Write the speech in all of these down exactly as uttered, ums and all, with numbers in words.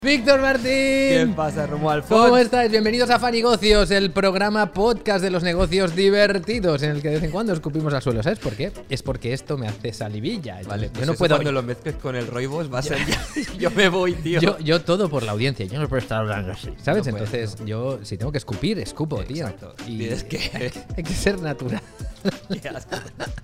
Víctor Martín. ¿Qué pasa, Romuald Font? ¿Cómo estáis? Bienvenidos a Fanigocios, el programa podcast de los negocios divertidos, en el que de vez en cuando escupimos al suelo. ¿Sabes por qué? Es porque esto me hace salivilla. Entonces, Vale, pues yo no eso puedo. Cuando lo mezcles con el Roibos va a ser ya. Yo me voy, tío. Yo, yo todo por la audiencia. Yo no puedo estar hablando así, ¿sabes? No puedes, Entonces, no. yo si tengo que escupir, escupo, tío. Exacto. Y Tienes que- hay que ser natural. Qué asco.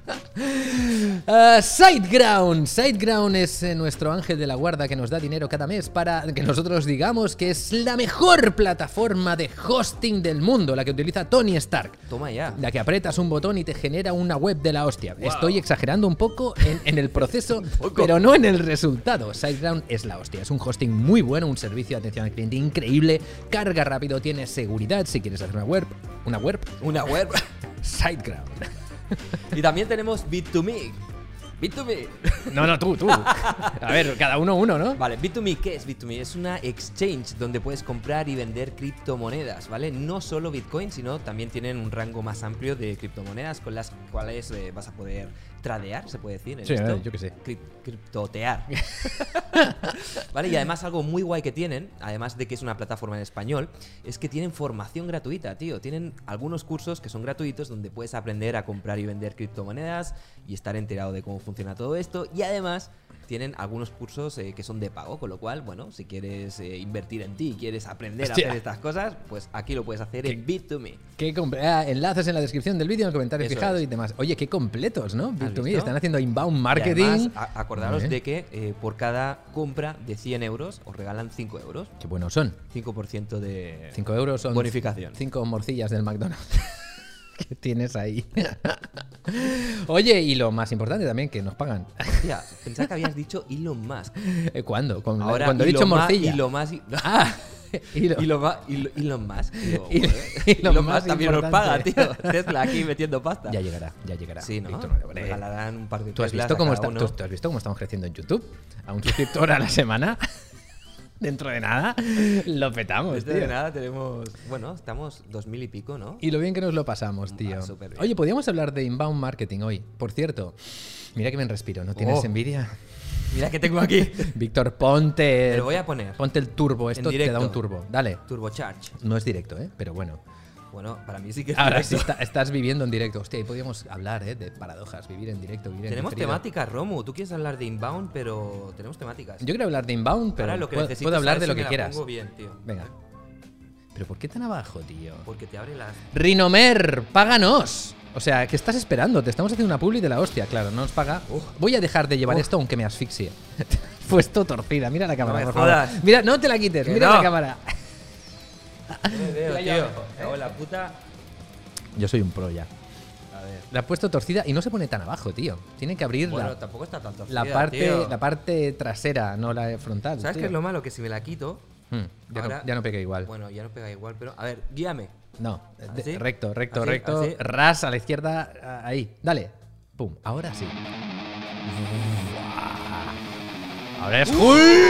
Uh, SiteGround. SiteGround es eh, nuestro ángel de la guarda que nos da dinero cada mes para que nosotros digamos que es la mejor plataforma de hosting del mundo, la que utiliza Tony Stark. Toma ya. La que aprietas un botón y te genera una web de la hostia. Wow. Estoy exagerando un poco en, en el proceso, pero no en el resultado. SiteGround es la hostia. Es un hosting muy bueno, un servicio de atención al cliente increíble, carga rápido, tiene seguridad si quieres hacer una web. Una web. Una web. SiteGround. Y también tenemos Bit to Me. Bit to Me. No, no, tú, tú. A ver, cada uno uno, ¿no? Vale, Bit to Me, ¿qué es Bit to Me? Es una exchange donde puedes comprar y vender criptomonedas, ¿vale? No solo Bitcoin, sino también tienen un rango más amplio de criptomonedas con las cuales eh, vas a poder tradear, se puede decir. ¿En Sí, esto? eh, yo qué sé. Cri- criptotear. Vale, y además algo muy guay que tienen, además de que es una plataforma en español, es que tienen formación gratuita, tío. Tienen algunos cursos que son gratuitos donde puedes aprender a comprar y vender criptomonedas y estar enterado de cómo funciona todo esto. Y además tienen algunos cursos eh, que son de pago, con lo cual, bueno, si quieres eh, invertir en ti, quieres aprender Hostia. a hacer estas cosas, pues aquí lo puedes hacer en Bit to Me. Qué comple- ah, enlaces en la descripción del vídeo, en el comentario Eso fijado es. y demás. Oye, qué completos, ¿no? Bit to Me, visto? están haciendo inbound Y marketing. además, a- acordaros Muy bien. de que eh, por cada compra de cien euros os regalan cinco euros. Qué buenos son. cinco por ciento de cinco euros son bonificación. cinco morcillas del McDonald's. que tienes ahí. Oye, y lo más importante también, que nos pagan. Hostia, pensaba que habías dicho Elon Musk. Eh, ¿Cuándo? Con la- Ahora, cuando he Elon dicho Ma- morcilla. Elon Musk. y- Ah, Elon- Elon, Ma- Elon- Elon Musk. Digo, Elon- joder, Elon Elon Musk Musk también nos paga, importante. tío. Tesla aquí metiendo pasta. Ya llegará, ya llegará. Sí, ¿no? Víctor, hombre. Regalarán un par de ¿Tú has, Teslas visto a cómo cada está, uno. tú- tú has visto cómo estamos creciendo en YouTube? A un suscriptor a la semana. Dentro de nada, lo petamos, Desde tío. de nada tenemos... Bueno, estamos dos mil y pico, ¿no? Y lo bien que nos lo pasamos, tío. Ah, súper bien. Oye, podríamos hablar de inbound marketing hoy. Por cierto, mira que me respiro, ¿no tienes Oh. envidia? Mira que tengo aquí. Víctor, ponte. Te lo voy a poner. Ponte el turbo, esto te da directo. un turbo. Dale. Turbocharge. No es directo, ¿eh? Pero bueno. Bueno, para mí sí que es Ahora sí directo. está- estás viviendo en directo. Hostia, ahí podríamos hablar, ¿eh? De paradojas. Vivir en directo, vivir en Tenemos diferido. temáticas, Romu. Tú quieres hablar de inbound, pero tenemos temáticas. Yo quiero hablar de inbound, pero Ahora lo que puedo, necesito puedo es hablar saber de si lo me que la quieras. pongo bien, tío. Venga. ¿Pero por qué tan abajo, tío? Porque te abre las... Rinomer, páganos. O sea, ¿qué estás esperando? Te estamos haciendo una publi de la hostia, claro, no nos paga. Uf. Voy a dejar de llevar Uf. esto aunque me asfixie. Puesto torcida, mira la cámara, me por favor. jodas. Mira, no te la quites, Que mira no. la cámara. No me veo, La tío. llave. Me cago en la puta. Yo soy un pro ya. A ver. La he puesto torcida y no se pone tan abajo, tío. Tiene que abrir Bueno, la, tampoco está tanto la parte, la parte trasera, no la frontal. ¿Sabes tío. qué es lo malo? Que si me la quito... Hmm, ya, ahora- no, ya no pega igual. Bueno, ya no pega igual, pero... A ver, guíame. No, de- ¿Así? recto, recto, ¿Así? recto. ¿Así? Ras a la izquierda, a- ahí. Dale. Pum, ahora sí. Ahora es.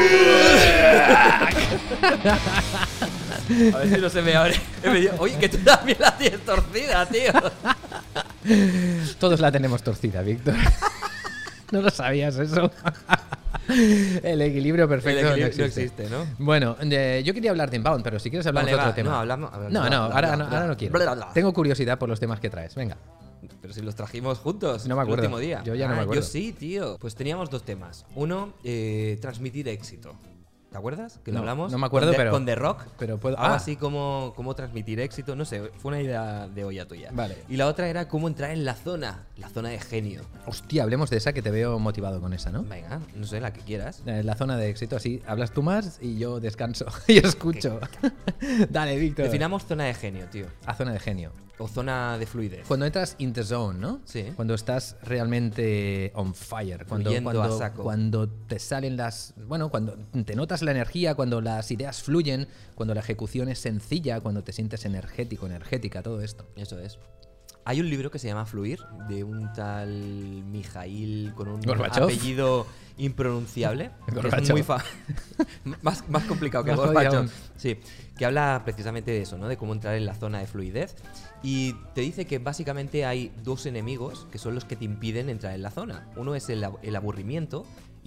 A ver si no se me abre. He venido- Oye, que tú también la tienes torcida, tío. Todos la tenemos torcida, Víctor. No lo sabías eso. El equilibrio perfecto El equilibrio no existe. no existe, ¿no? Bueno, de- yo quería hablar de inbound, pero si quieres hablar Vale, de otro va. tema. No, hablamos- hablamos- no, no, bla, ahora, bla, no, bla, ahora no quiero. bla, bla, bla. Tengo curiosidad por los temas que traes. Venga. Pero si los trajimos juntos. No me acuerdo. El último día. Yo ya no me Ah, acuerdo. Yo sí, tío. Pues teníamos dos temas. Uno, eh, transmitir éxito. ¿Te acuerdas? Que lo No, hablamos. no me acuerdo, con The- pero- Con The Rock. pero puedo- Algo ah. así como cómo transmitir éxito. No sé, fue una idea de olla tuya. Vale. Y la otra era cómo entrar en la zona. La zona de genio. Hostia, hablemos de esa que te veo motivado con esa, ¿no? Venga, no sé, la que quieras. Eh, La zona de éxito, así hablas tú más y yo descanso y escucho. Dale, Víctor. Definamos zona de genio, tío. A zona de genio. O zona de fluidez. Cuando entras in the zone, ¿no? Sí. Cuando estás realmente on fire. Cuando, Fluyendo cuando, a saco. cuando te salen las. Bueno, cuando te notas la energía, cuando las ideas fluyen, cuando la ejecución es sencilla, cuando te sientes energético, energética, todo esto. Eso es. Hay un libro que se llama Fluir, de un tal Mijail con un Gorbachev. apellido impronunciable. que Gorbachev. es muy fa más, más complicado que Más jodido Gorbachev. aún. Sí, que habla precisamente de eso, ¿no? De cómo entrar en la zona de fluidez. Y te dice que básicamente hay dos enemigos que son los que te impiden entrar en la zona. Uno es el, ab- el aburrimiento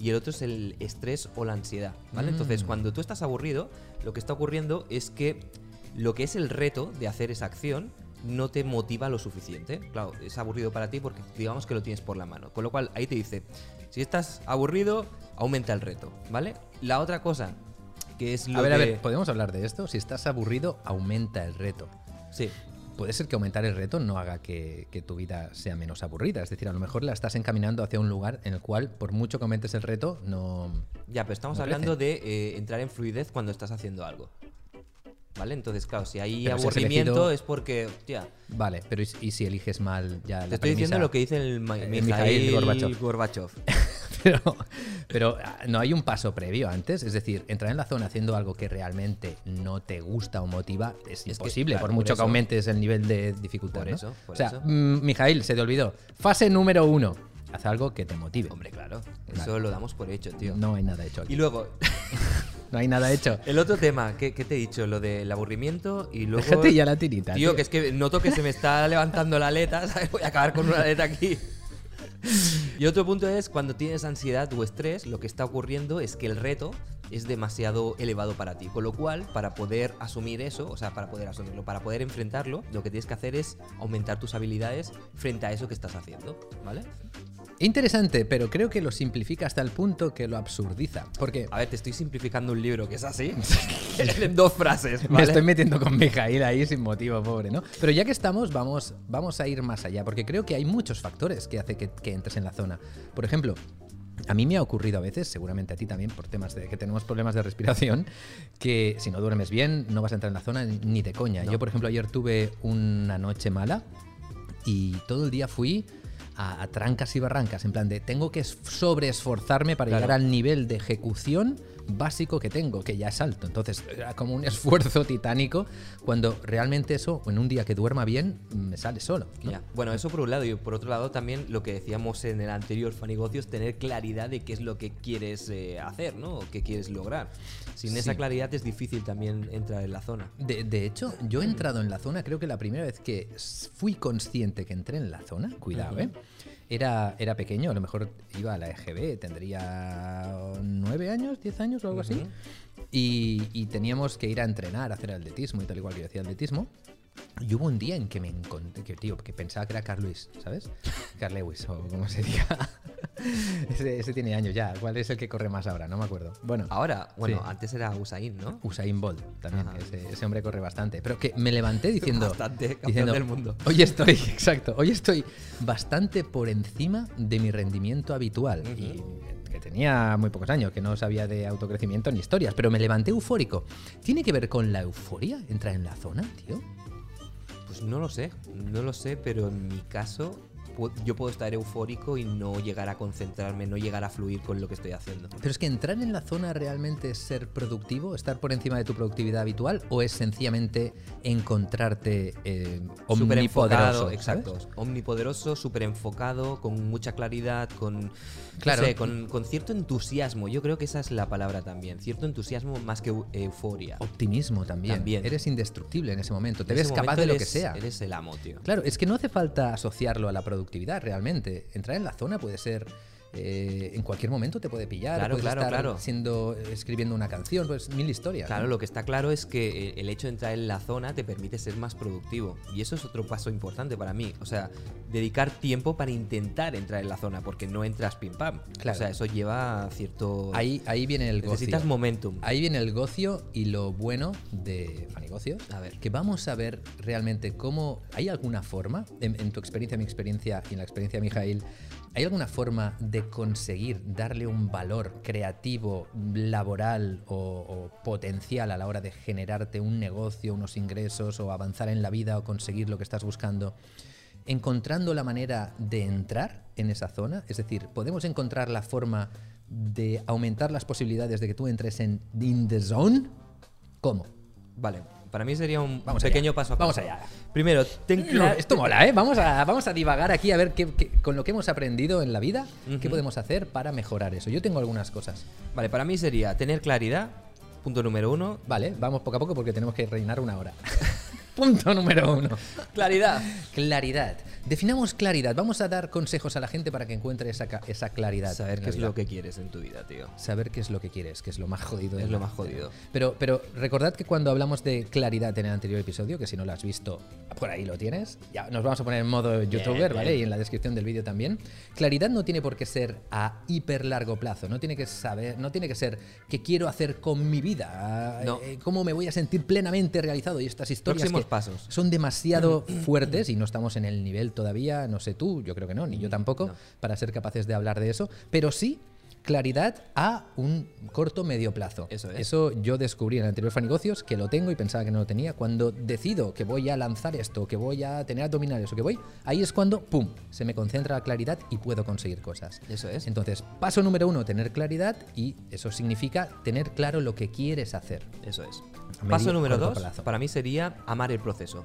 y el otro es el estrés o la ansiedad, ¿vale? Mm. Entonces, cuando tú estás aburrido, lo que está ocurriendo es que lo que es el reto de hacer esa acción no te motiva lo suficiente. Claro, es aburrido para ti porque digamos que lo tienes por la mano. Con lo cual, ahí te dice, si estás aburrido, aumenta el reto, ¿vale? La otra cosa, que es lo A ver, de... a ver, ¿podemos hablar de esto? Si estás aburrido, aumenta el reto. Sí. Puede ser que aumentar el reto no haga que, que tu vida sea menos aburrida. Es decir, a lo mejor la estás encaminando hacia un lugar en el cual, por mucho que aumentes el reto, no... Ya, pero estamos no hablando crece. de eh, entrar en fluidez cuando estás haciendo algo. ¿Vale? Entonces, claro, si hay Pero si has aburrimiento elegido- es porque, hostia, Vale, pero ¿y, y si eliges mal ya te la estoy diciendo premisa? lo que dice el Ma- eh, Mikhail Mikhail Gorbachev. Gorbachev. Pero, pero ah, no hay un paso previo antes. Es decir, entrar en la zona haciendo algo que realmente no te gusta o motiva es, que, imposible, claro, por por mucho que eso- aumentes el nivel de dificultad. Por ¿no? eso, por o sea, eso. mm, Mijail, se te olvidó. Fase número uno. Haz algo que te motive. Hombre, claro. Vale. Eso lo damos por hecho, tío. No hay nada hecho aquí. Y luego, No hay nada hecho. el otro tema, ¿qué, qué te he dicho? Lo del aburrimiento y luego... Déjate ya la tirita. Tío, que es que noto que se me está levantando la aleta, ¿sabes? Voy a acabar con una aleta aquí. Y otro punto es, cuando tienes ansiedad o estrés, lo que está ocurriendo es que el reto es demasiado elevado para ti. Con lo cual, para poder asumir eso, o sea, para poder asumirlo, para poder enfrentarlo, lo que tienes que hacer es aumentar tus habilidades frente a eso que estás haciendo, ¿vale? Interesante, pero creo que lo simplifica hasta el punto que lo absurdiza. Porque A ver, te estoy simplificando un libro que es así, en dos frases, ¿vale? me estoy metiendo con Mijail ahí sin motivo, pobre, ¿no? Pero ya que estamos, vamos, vamos a ir más allá, porque creo que hay muchos factores que hacen que, que entres en la zona. Por ejemplo, a mí me ha ocurrido a veces, seguramente a ti también, por temas de que tenemos problemas de respiración, que si no duermes bien no vas a entrar en la zona ni de coña. No. Yo, por ejemplo, ayer tuve una noche mala y todo el día fui a, a trancas y barrancas, en plan de tengo que sobreesforzarme para Claro. llegar al nivel de ejecución básico que tengo, que ya es alto. Entonces era como un esfuerzo titánico cuando realmente eso, en un día que duerma bien, me sale solo, ¿no? Ya. Bueno, eso por un lado, y por otro lado también lo que decíamos en el anterior Fanegocios, tener claridad de qué es lo que quieres eh, hacer, ¿no? O qué quieres lograr. Sin esa Sí. claridad es difícil también entrar en la zona. De, de hecho, yo he entrado en la zona, creo que la primera vez que fui consciente que entré en la zona, cuidado, Ujú. ¿eh? Era, era pequeño, a lo mejor iba a la E G B, tendría nueve años, diez años o algo así. Ujú. Y, y teníamos que ir a entrenar, a hacer atletismo y tal igual que yo hacía atletismo. Y hubo un día en que me encontré, que, tío, que pensaba que era Carl Lewis, ¿sabes? Carl Lewis, o como se diga. ese, ese tiene años ya. ¿Cuál es el que corre más ahora? No me acuerdo. Bueno, Ahora, bueno, Sí. antes era Usain, ¿no? Usain Bolt también, Ajá. que ese, ese hombre corre bastante. Pero que me levanté diciendo... Bastante campeón diciendo, del mundo. Hoy estoy, exacto, hoy estoy bastante por encima de mi rendimiento habitual. Ujú. Y que tenía muy pocos años, que no sabía de autocrecimiento ni historias, pero me levanté eufórico. ¿Tiene que ver con la euforia entrar en la zona, tío? Pues no lo sé, no lo sé, pero en mi caso pu- yo puedo estar eufórico y no llegar a concentrarme, no llegar a fluir con lo que estoy haciendo. Pero es que entrar en la zona realmente es ser productivo, estar por encima de tu productividad habitual, o es sencillamente encontrarte eh, Súper enfocado, omnipoderoso, ¿sabes? exacto. Omnipoderoso, súper enfocado, con mucha claridad, con, no Claro. sé, con, con cierto entusiasmo. Yo creo que esa es la palabra también. Cierto entusiasmo más que eu- euforia. Optimismo también. También. Eres indestructible en ese momento. Te En ese ves capaz momento de lo que eres- sea. Eres el amo, tío. Claro, es que no hace falta asociarlo a la productividad realmente. Entrar en la zona puede ser. eh, en cualquier momento te puede pillar. Claro, puedes claro, estar claro. siendo, escribiendo una canción, pues mil historias. Claro, ¿no? lo que está claro es que eh, el hecho de entrar en la zona te permite ser más productivo. Y eso es otro paso importante para mí. O sea, dedicar tiempo para intentar entrar en la zona, porque no entras pim pam. Claro. O sea, eso lleva cierto... Ahí, ahí viene el gocio. Necesitas momentum. Ahí viene el gocio y lo bueno de Fanigocios. A ver. Que vamos a ver realmente cómo. ¿Hay alguna forma, en, en tu experiencia, mi experiencia y en la experiencia de Mijail, ¿hay alguna forma de conseguir darle un valor creativo, laboral o, o potencial a la hora de generarte un negocio, unos ingresos o avanzar en la vida o conseguir lo que estás buscando? Encontrando la manera de entrar en esa zona, es decir, podemos encontrar la forma de aumentar las posibilidades de que tú entres en in the zone. ¿Cómo? Vale, para mí sería un Vamos pequeño allá. paso a Vamos paso. allá. Primero, ten cla- Esto mola, ¿eh? Vamos a, vamos a divagar aquí a ver qué, qué- con lo que hemos aprendido en la vida, qué Ujú. podemos hacer para mejorar eso. Yo tengo algunas cosas. Vale, para mí sería tener claridad, punto número uno. Vale, vamos poco a poco porque tenemos que reinar una hora. Punto número uno. Claridad. Claridad. Definamos claridad. Vamos a dar consejos a la gente para que encuentre esa, esa claridad. Saber qué es lo que quieres en tu vida, tío. Saber qué es lo que quieres, que es lo más jodido. Es lo más jodido. Pero, pero recordad que cuando hablamos de claridad en el anterior episodio, que si no lo has visto, por ahí lo tienes, ya nos vamos a poner en modo youtuber, bien, ¿vale? Bien. Y en la descripción del vídeo también. Claridad no tiene por qué ser a hiper largo plazo. No tiene que saber, no tiene que ser qué quiero hacer con mi vida, no. eh, cómo me voy a sentir plenamente realizado. Y estas historias Próximos que pasos. son demasiado fuertes y no estamos en el nivel todavía, no sé tú, yo creo que no, ni yo tampoco, no. para ser capaces de hablar de eso, pero sí claridad a un corto medio plazo. Eso es. Eso yo descubrí en el anterior Fanegocios, que lo tengo y pensaba que no lo tenía. Cuando decido que voy a lanzar esto, que voy a tener abdominales o que voy, ahí es cuando, ¡pum!, se me concentra la claridad y puedo conseguir cosas. Eso es. Entonces, paso número uno, tener claridad, y eso significa tener claro lo que quieres hacer. Eso es. Paso número dos, plazo. para mí sería amar el proceso.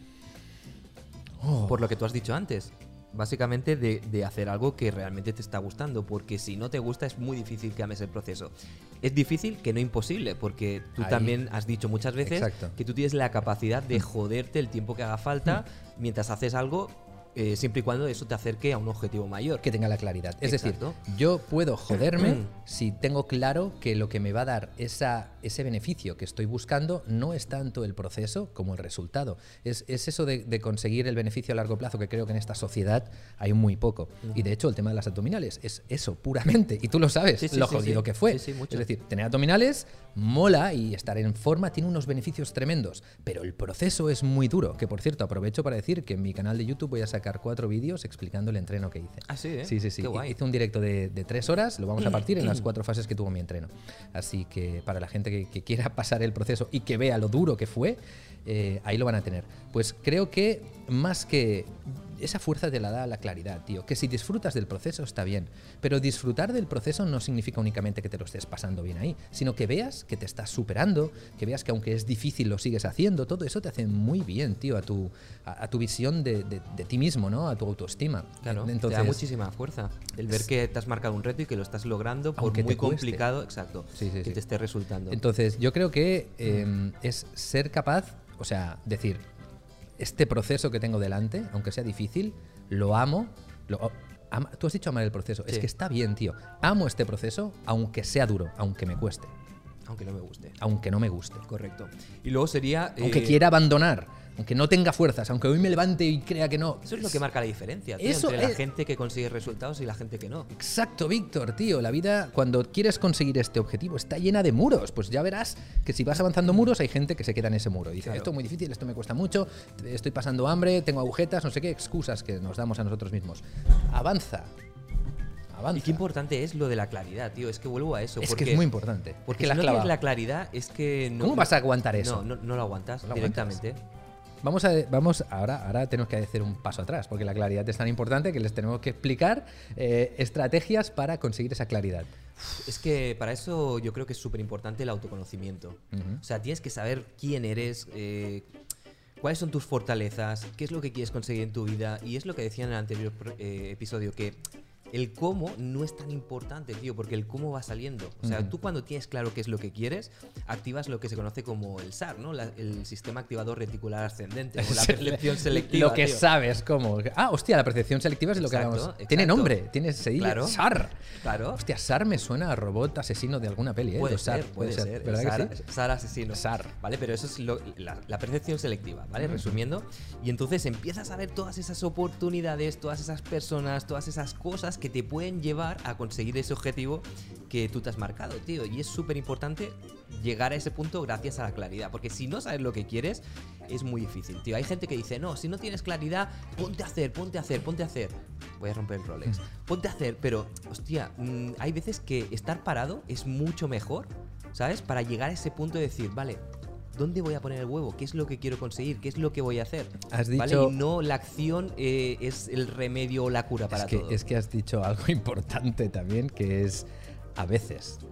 Oh. Por lo que tú has dicho antes. Básicamente de, de hacer algo que realmente te está gustando, porque si no te gusta es muy difícil que ames el proceso. Es difícil, que no imposible, porque tú Ahí. también has dicho muchas veces Exacto. que tú tienes la capacidad de joderte el tiempo que haga falta mm. mientras haces algo, eh, siempre y cuando eso te acerque a un objetivo mayor. Que tenga la claridad. Es Exacto. decir, yo puedo joderme si tengo claro que lo que me va a dar esa, ese beneficio que estoy buscando no es tanto el proceso como el resultado. Es, es eso de, de conseguir el beneficio a largo plazo, que creo que en esta sociedad hay muy poco. Uh-huh. Y de hecho el tema de las abdominales es eso, puramente. Y tú lo sabes, sí, sí, lo sí, jodido sí. que fue. Sí, sí, es decir, tener abdominales mola y estar en forma tiene unos beneficios tremendos, pero el proceso es muy duro. Que por cierto, aprovecho para decir que en mi canal de YouTube voy a sacar cuatro vídeos explicando el entreno que hice. Ah, sí, ¿eh? Sí, sí, sí. Qué guay. Hice un directo de, de tres horas, lo vamos a partir en las cuatro fases que tuvo mi entreno. Así que para la gente que, que quiera pasar el proceso y que vea lo duro que fue, eh, ahí lo van a tener. Pues creo que más que esa fuerza te la da la claridad, tío. Que si disfrutas del proceso está bien, pero disfrutar del proceso no significa únicamente que te lo estés pasando bien ahí, sino que veas que te estás superando, que veas que aunque es difícil lo sigues haciendo. Todo eso te hace muy bien, tío, a tu, a, a tu visión de, de, de ti mismo, ¿no? A tu autoestima. Claro, entonces, te da muchísima fuerza el ver que te has marcado un reto y que lo estás logrando por aunque muy te complicado, exacto, sí, sí, que sí. te esté resultando. Entonces yo creo que eh, es ser capaz, o sea, decir, este proceso que tengo delante, aunque sea difícil, lo amo. Lo, ama, tú has dicho amar el proceso. Sí. Es que está bien, tío. Amo este proceso, aunque sea duro, aunque me cueste. Aunque no me guste. Aunque no me guste. Correcto. Y luego sería... Aunque eh... quiera abandonar. Aunque no tenga fuerzas, aunque hoy me levante y crea que no. Eso es lo que marca la diferencia, tío, Eso entre es... la gente que consigue resultados y la gente que no. Exacto, Víctor, tío. La vida, cuando quieres conseguir este objetivo, está llena de muros. Pues ya verás que si vas avanzando muros, hay gente que se queda en ese muro. Y dice, claro. esto es muy difícil, esto me cuesta mucho, estoy pasando hambre, tengo agujetas, no sé qué, excusas que nos damos a nosotros mismos. Avanza. Avanza. Y qué importante es lo de la claridad, tío. Es que vuelvo a eso. Es porque, que es muy importante. Porque si la no tienes la claridad, es que... No, ¿Cómo vas a aguantar eso? No, no, no lo aguantas no lo directamente. Aguantas. Vamos a, vamos, ahora, ahora tenemos que hacer un paso atrás, porque la claridad es tan importante que les tenemos que explicar eh, estrategias para conseguir esa claridad. Es que para eso yo creo que es súper importante el autoconocimiento. Uh-huh. O sea, tienes que saber quién eres, eh, cuáles son tus fortalezas, qué es lo que quieres conseguir en tu vida. Y es lo que decía en el anterior eh, episodio, que el cómo no es tan importante, tío, porque el cómo va saliendo. O sea, uh-huh. tú cuando tienes claro qué es lo que quieres, activas lo que se conoce como el S A R, ¿no? La, el sistema activador reticular ascendente, o la percepción selectiva. Lo que tío. sabes, ¿cómo? Ah, hostia, la percepción selectiva es de lo exacto, que hablamos. Exacto. Tiene nombre, tiene ese claro, S A R. Claro. Hostia, S A R me suena a robot asesino de alguna peli, ¿eh? Puede, S A R, ser, puede, puede ser, ¿verdad S A R, que sí? S A R asesino. S A R. Vale, pero eso es lo, la, la percepción selectiva, ¿vale? Uh-huh. Resumiendo. Y entonces empiezas a ver todas esas oportunidades, todas esas personas, todas esas cosas que te pueden llevar a conseguir ese objetivo que tú te has marcado, tío. Y es súper importante llegar a ese punto gracias a la claridad, porque si no sabes lo que quieres, es muy difícil, tío. Hay gente que dice, no, si no tienes claridad, ponte a hacer, ponte a hacer, ponte a hacer. Voy a romper el Rolex. Ponte a hacer, pero, hostia, mmm, hay veces que estar parado es mucho mejor, ¿sabes? Para llegar a ese punto de decir, vale, ¿dónde voy a poner el huevo? ¿Qué es lo que quiero conseguir? ¿Qué es lo que voy a hacer? Has dicho... ¿Vale? Y no la acción eh, es el remedio o la cura para es que, todo. Es que has dicho algo importante también, que es a veces.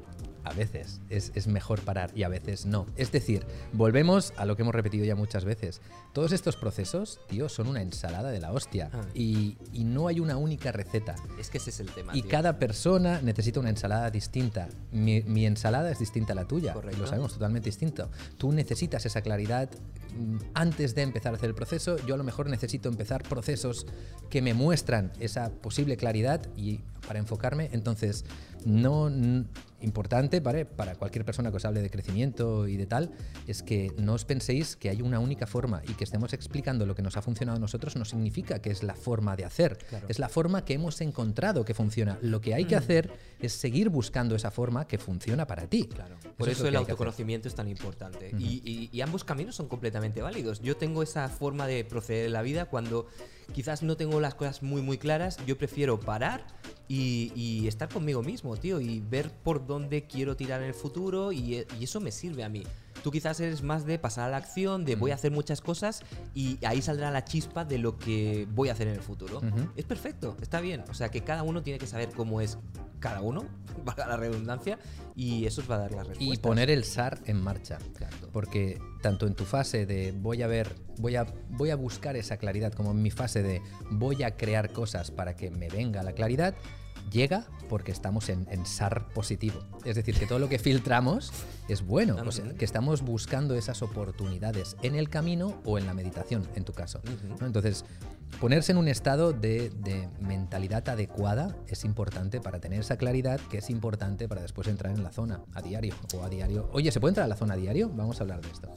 a veces es, es mejor parar y a veces no. Es decir, volvemos a lo que hemos repetido ya muchas veces. Todos estos procesos, tío, son una ensalada de la hostia. Ah. Y, y no hay una única receta. Es que ese es el tema, Y tío. cada persona necesita una ensalada distinta. Mi, mi ensalada es distinta a la tuya. Correcto. Lo sabemos, totalmente distinto. Tú necesitas esa claridad mm, antes de empezar a hacer el proceso. Yo a lo mejor necesito empezar procesos que me muestran esa posible claridad y para enfocarme. Entonces, no... n- importante, ¿vale? Para cualquier persona que os hable de crecimiento y de tal, es que no os penséis que hay una única forma y que estemos explicando lo que nos ha funcionado a nosotros no significa que es la forma de hacer. Claro. Es la forma que hemos encontrado que funciona. Lo que hay que hacer es seguir buscando esa forma que funciona para ti. Claro. Por es eso lo el que hay que autoconocimiento es tan importante. Ujú. y, y- y ambos caminos son completamente válidos. Yo tengo esa forma de proceder en la vida cuando quizás no tengo las cosas muy muy claras. Yo prefiero parar y, y estar conmigo mismo, tío, y ver por dónde quiero tirar en el futuro y, y eso me sirve a mí. Tú quizás eres más de pasar a la acción, de voy a hacer muchas cosas y ahí saldrá la chispa de lo que voy a hacer en el futuro. Ujú. Es perfecto, está bien. O sea que cada uno tiene que saber cómo es cada uno, valga la redundancia, y eso os va a dar las respuestas. Y poner el S A R en marcha. Exacto. Porque tanto en tu fase de voy a ver, voy a, voy a buscar esa claridad, como en mi fase de voy a crear cosas para que me venga la claridad, llega porque estamos en, en S A R positivo. Es decir, que todo lo que filtramos es bueno. O sea, que estamos buscando esas oportunidades en el camino o en la meditación, en tu caso. Ujú. ¿no? Entonces, ponerse en un estado de, de mentalidad adecuada es importante para tener esa claridad, que es importante para después entrar en la zona a diario o a diario. Oye, ¿se puede entrar a la zona a diario? Vamos a hablar de esto.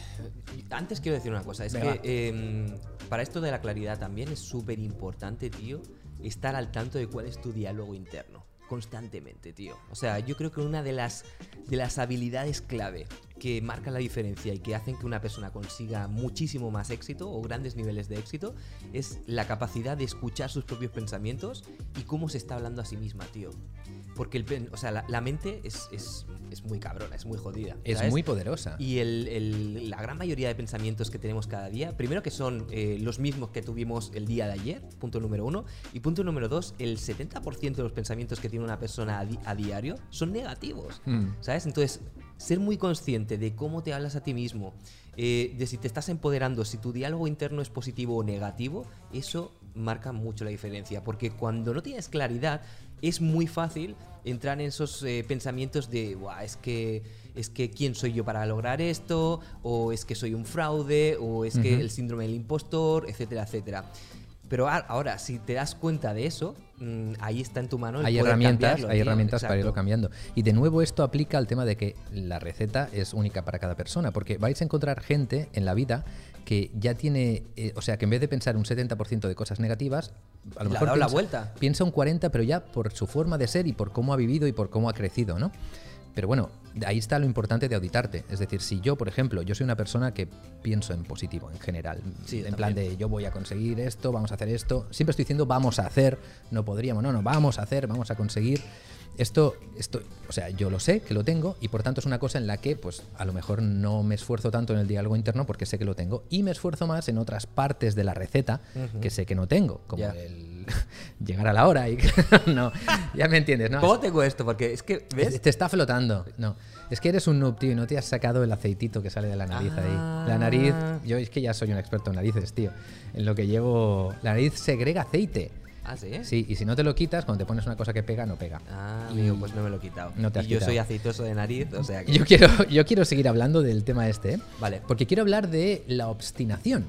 Antes quiero decir una cosa, es Venga. que eh, para esto de la claridad también es súper importante, tío, estar al tanto de cuál es tu diálogo interno, constantemente, tío. O sea, yo creo que una de las, de las habilidades clave que marcan la diferencia y que hacen que una persona consiga muchísimo más éxito o grandes niveles de éxito es la capacidad de escuchar sus propios pensamientos y cómo se está hablando a sí misma, tío. Porque el, pen- o sea, la, la mente es, es, es muy cabrona, es muy jodida. Es ¿sabes? muy poderosa. Y el- el- la gran mayoría de pensamientos que tenemos cada día, primero que son eh, los mismos que tuvimos el día de ayer, punto número uno, y punto número dos, el setenta por ciento de los pensamientos que tiene una persona a, di- a diario son negativos, Mm. ¿sabes? Entonces, ser muy consciente de cómo te hablas a ti mismo, eh, de si te estás empoderando, si tu diálogo interno es positivo o negativo, eso marca mucho la diferencia, porque cuando no tienes claridad, es muy fácil entrar en esos eh, pensamientos de, "Buah, es que es que quién soy yo para lograr esto, o es que soy un fraude, o es que Ujú. el síndrome del impostor, etcétera, etcétera". Pero a- ahora, si te das cuenta de eso, mm, ahí está en tu mano el Hay poder herramientas, cambiarlo, hay tío. herramientas para Exacto. irlo cambiando. Y de nuevo esto aplica al tema de que la receta es única para cada persona, porque vais a encontrar gente en la vida que ya tiene, eh, o sea, que en vez de pensar un setenta por ciento de cosas negativas, a lo Le ha mejor dado la piensa, vuelta. piensa un cuarenta, pero ya por su forma de ser y por cómo ha vivido y por cómo ha crecido, ¿no? Pero bueno, ahí está lo importante de auditarte. Es decir, si yo, por ejemplo, yo soy una persona que pienso en positivo en general. Sí, en también. plan de yo voy a conseguir esto, vamos a hacer esto. Siempre estoy diciendo vamos a hacer, no podríamos, no, no, vamos a hacer, vamos a conseguir. Esto, esto, o sea, yo lo sé, que lo tengo, y por tanto es una cosa en la que, pues, a lo mejor no me esfuerzo tanto en el diálogo interno porque sé que lo tengo, y me esfuerzo más en otras partes de la receta Ujú. que sé que no tengo, como Ya. el llegar a la hora y no, ya me entiendes, ¿no? ¿Cómo tengo esto? Porque es que, ¿ves? Te está flotando. No. Es que eres un noob, tío, y no te has sacado el aceitito que sale de la nariz ahí. La nariz, yo es que ya soy un experto en narices, tío. En lo que llevo, la nariz segrega aceite. Ah, ¿sí? Sí, y si no te lo quitas, cuando te pones una cosa que pega, no pega. Ah, Y- amigo, pues no me lo he quitado. No te has y yo quitado. soy aceitoso de nariz, o sea que... Yo quiero, yo quiero seguir hablando del tema este, ¿eh? Vale. Porque quiero hablar de la obstinación.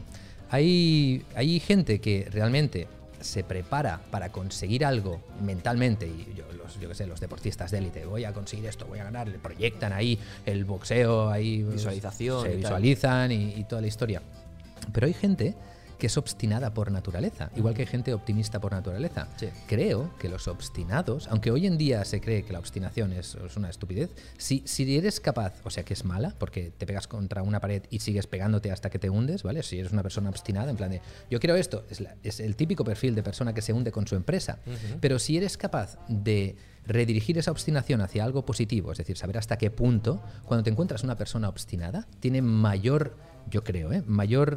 Hay, hay gente que realmente se prepara para conseguir algo mentalmente, y yo, los, yo qué sé, los deportistas de élite, voy a conseguir esto, voy a ganar, le proyectan ahí el boxeo, ahí Visualización se y tal. visualizan y, y toda la historia. Pero hay gente que es obstinada por naturaleza, igual que hay gente optimista por naturaleza. Sí. Creo que los obstinados, aunque hoy en día se cree que la obstinación es, es una estupidez, si, si eres capaz, o sea que es mala, porque te pegas contra una pared y sigues pegándote hasta que te hundes, ¿vale? Si eres una persona obstinada, en plan de, yo quiero esto, es, la- es el típico perfil de persona que se hunde con su empresa. Ujú. Pero si eres capaz de redirigir esa obstinación hacia algo positivo, es decir, saber hasta qué punto, cuando te encuentras una persona obstinada, tiene mayor, yo creo, ¿eh? mayor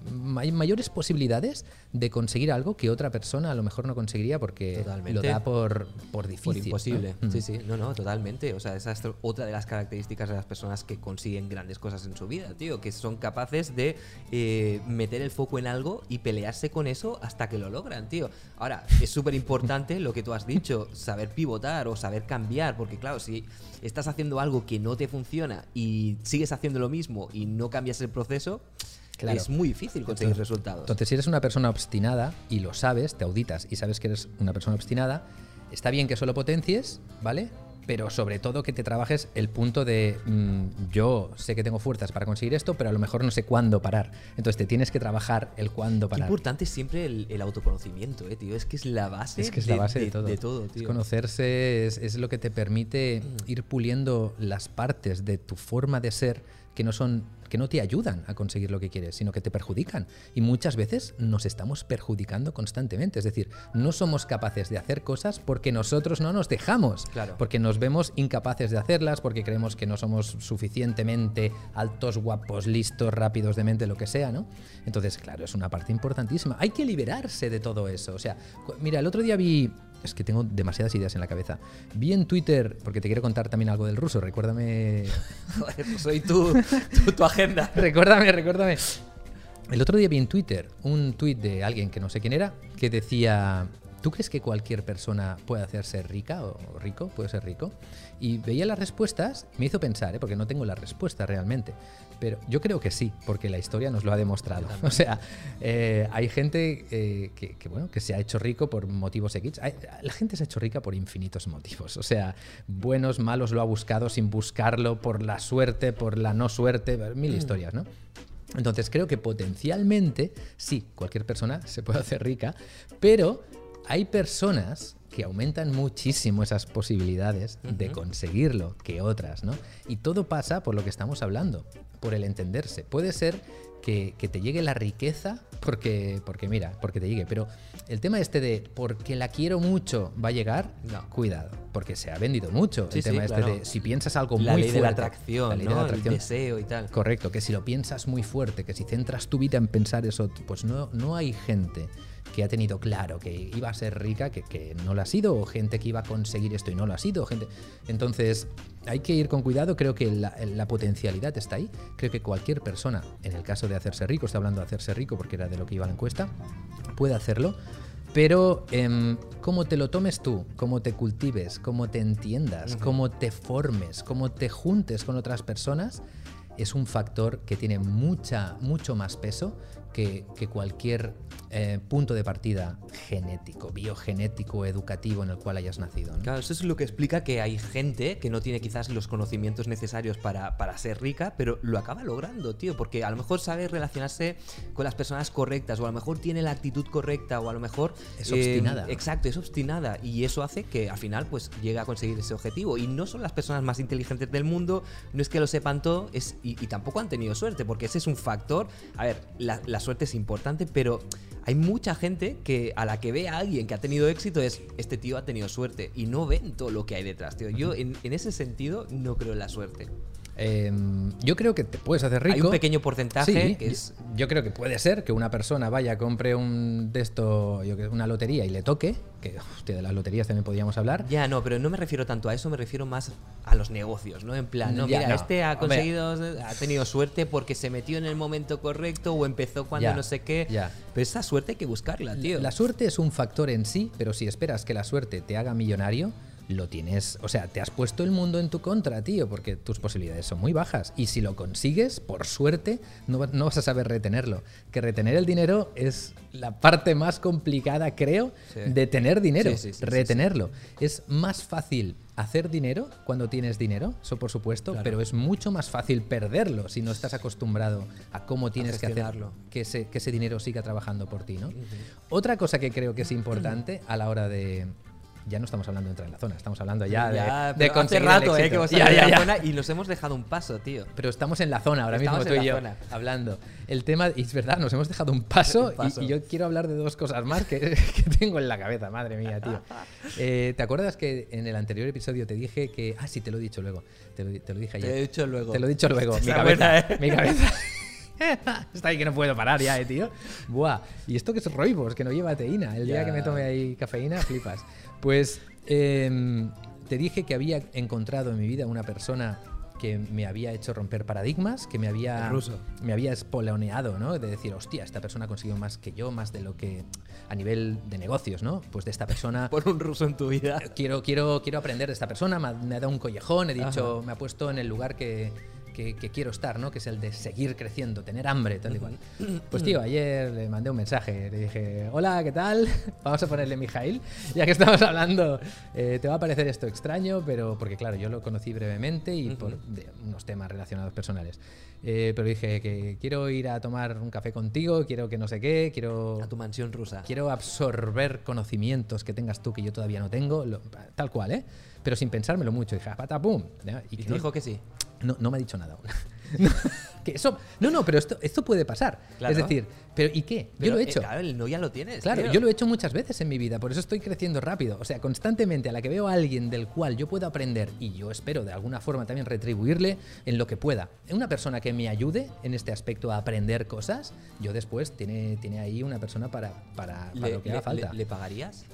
hay mayores posibilidades de conseguir algo que otra persona a lo mejor no conseguiría porque Totalmente. lo da por, por difícil. Por imposible. ¿no? Sí, sí. No, no, totalmente. O sea, esa es otra de las características de las personas que consiguen grandes cosas en su vida, tío. Que son capaces de eh, meter el foco en algo y pelearse con eso hasta que lo logran, tío. Ahora, es súper importante lo que tú has dicho, saber pivotar o saber cambiar. Porque, claro, si estás haciendo algo que no te funciona y sigues haciendo lo mismo y no cambias el proceso, claro, es muy difícil conseguir entonces, resultados. Entonces, si eres una persona obstinada y lo sabes, te auditas y sabes que eres una persona obstinada, está bien que solo potencies, ¿vale? Pero sobre todo que te trabajes el punto de mmm, yo sé que tengo fuerzas para conseguir esto, pero a lo mejor no sé cuándo parar. Entonces te tienes que trabajar el cuándo parar. Qué importante es siempre el, el autoconocimiento, eh, tío. Es que es la base, es que es de, la base de, de, todo. de todo, tío. Es conocerse es, es lo que te permite mm. ir puliendo las partes de tu forma de ser que no son, que no te ayudan a conseguir lo que quieres, sino que te perjudican. Y muchas veces nos estamos perjudicando constantemente. Es decir, no somos capaces de hacer cosas porque nosotros no nos dejamos. Claro. Porque nos vemos incapaces de hacerlas, porque creemos que no somos suficientemente altos, guapos, listos, rápidos de mente, lo que sea, ¿no? Entonces, claro, es una parte importantísima. Hay que liberarse de todo eso. O sea, mira, el otro día vi... Es que tengo demasiadas ideas en la cabeza. Vi en Twitter, porque te quiero contar también algo del ruso, recuérdame... Joder, pues soy tu, tu, tu agenda. recuérdame, recuérdame. El otro día vi en Twitter un tuit de alguien que no sé quién era, que decía... ¿Tú crees que cualquier persona puede hacerse rica o rico? ¿Puede ser rico? Y veía las respuestas, me hizo pensar, ¿eh? Porque no tengo la respuesta realmente. Pero yo creo que sí, porque la historia nos lo ha demostrado. O sea, eh, hay gente eh, que, que, bueno, que se ha hecho rico por motivos X. Hay, la gente se ha hecho rica por infinitos motivos. O sea, buenos, malos, lo ha buscado sin buscarlo, por la suerte, por la no suerte, mil mm. historias, ¿no? Entonces creo que potencialmente, sí, cualquier persona se puede hacer rica, pero... hay personas que aumentan muchísimo esas posibilidades uh-huh. de conseguirlo que otras, ¿no? Y todo pasa por lo que estamos hablando, por el entenderse. Puede ser que, que te llegue la riqueza porque, porque, mira, porque te llegue, pero el tema este de porque la quiero mucho va a llegar, no, cuidado, porque se ha vendido mucho. Sí, el tema sí, este claro. de si piensas algo la muy ley fuerte, de la atracción, la ley ¿no? de la atracción, el deseo y tal. Correcto, que si lo piensas muy fuerte, que si centras tu vida en pensar eso, pues no, no hay gente que ha tenido claro que iba a ser rica, que, que no lo ha sido, o gente que iba a conseguir esto y no lo ha sido, gente. Entonces, hay que ir con cuidado. Creo que la, la potencialidad está ahí. Creo que cualquier persona, en el caso de hacerse rico, estoy hablando de hacerse rico porque era de lo que iba la encuesta, puede hacerlo. Pero eh, cómo te lo tomes tú, cómo te cultives, cómo te entiendas, uh-huh. cómo te formes, cómo te juntes con otras personas, es un factor que tiene mucha, mucho más peso que, que cualquier eh, punto de partida genético, biogenético, educativo en el cual hayas nacido, ¿no? Claro, eso es lo que explica que hay gente que no tiene quizás los conocimientos necesarios para, para ser rica, pero lo acaba logrando, tío, porque a lo mejor sabe relacionarse con las personas correctas, o a lo mejor tiene la actitud correcta, o a lo mejor... Es eh, obstinada. Exacto, es obstinada, y eso hace que al final pues llegue a conseguir ese objetivo. Y no son las personas más inteligentes del mundo, no es que lo sepan todo, es, y, y tampoco han tenido suerte, porque ese es un factor. A ver, la, la suerte es importante, pero hay mucha gente que a la que ve a alguien que ha tenido éxito es, este tío ha tenido suerte, y no ven todo lo que hay detrás, tío. Yo en, en ese sentido no creo en la suerte. Eh, yo creo que te puedes hacer rico. Hay un pequeño porcentaje sí, que es... Yo, yo creo que puede ser que una persona vaya, compre un de esto, yo, una lotería y le toque, que hostia, de las loterías también podríamos hablar. Ya, no, pero no me refiero tanto a eso, me refiero más a los negocios, ¿no? En plan, no, ya, mira, no. este ha conseguido, Hombre. ha tenido suerte porque se metió en el momento correcto o empezó cuando ya, no sé qué. Ya. Pero esa suerte hay que buscarla, tío. La suerte es un factor en sí, pero si esperas que la suerte te haga millonario, lo tienes, o sea, te has puesto el mundo en tu contra, tío, porque tus posibilidades son muy bajas. Y si lo consigues, por suerte, no, no vas a saber retenerlo. Que retener el dinero es la parte más complicada, creo, sí. de tener dinero. Sí, sí, sí, retenerlo. Sí, sí. Es más fácil hacer dinero cuando tienes dinero, eso por supuesto, claro. pero es mucho más fácil perderlo si no estás acostumbrado a cómo tienes que hacer que ese, que ese dinero siga trabajando por ti, ¿no? Uh-huh. Otra cosa que creo que es importante a la hora de... Ya no estamos hablando de entrar en la zona, estamos hablando ya, ya de, de conseguir hace rato, el eh, que hemos ya, ya, ya, en la ya. zona y nos hemos dejado un paso, tío. Pero estamos en la zona ahora estamos mismo, tú y yo, zona. hablando. El tema, y es verdad, nos hemos dejado un paso, un paso. Y, y yo quiero hablar de dos cosas más que, que tengo en la cabeza, madre mía, tío. Eh, ¿Te acuerdas que en el anterior episodio te dije que... Ah, sí, te lo he dicho luego. Te lo, te lo dije ayer. Te lo he dicho luego. Te lo he dicho luego. Mi Está cabeza, buena, ¿eh? mi cabeza. Está ahí que no puedo parar ya, eh, tío. Buah. Y esto que es roibos, que no lleva teína. El día Ya. que me tome ahí cafeína, flipas. Pues eh, te dije que había encontrado en mi vida una persona que me había hecho romper paradigmas, que me había, El ruso. me había espoloneado, ¿no? De decir, hostia, esta persona ha conseguido más que yo, más de lo que a nivel de negocios, ¿no? Pues de esta persona Pon un ruso en tu vida. quiero, quiero, quiero aprender de esta persona, me ha, me ha dado un collejón, he dicho, Ajá. me ha puesto en el lugar que, que, que quiero estar, ¿no? Que es el de seguir creciendo, tener hambre, tal y cual. Pues tío, ayer le mandé un mensaje, le dije, hola, ¿qué tal? Vamos a ponerle Mijail, ya que estamos hablando, eh, te va a parecer esto extraño, pero porque claro, yo lo conocí brevemente y Ujú. por de unos temas relacionados personales. Eh, pero dije que quiero ir a tomar un café contigo, quiero que no sé qué, quiero... A tu mansión rusa. Quiero absorber conocimientos que tengas tú que yo todavía no tengo, lo- tal cual, ¿eh? Pero sin pensármelo mucho. Dije, patapum. ¿Ya? Y que te no, dijo que sí. no, no me ha dicho nada aún. No, que eso, no, no, pero esto, esto puede pasar. Claro. Es decir, ¿pero y qué? Pero, yo lo he eh, hecho. claro, el no ya lo tienes. Claro, tío. yo lo he hecho muchas veces en mi vida, por eso estoy creciendo rápido. O sea, constantemente a la que veo a alguien del cual yo puedo aprender y yo espero de alguna forma también retribuirle en lo que pueda. Una persona que me ayude en este aspecto a aprender cosas, yo después tiene, tiene ahí una persona para, para, para ¿Le, lo que le- haga falta. le- le pagarías?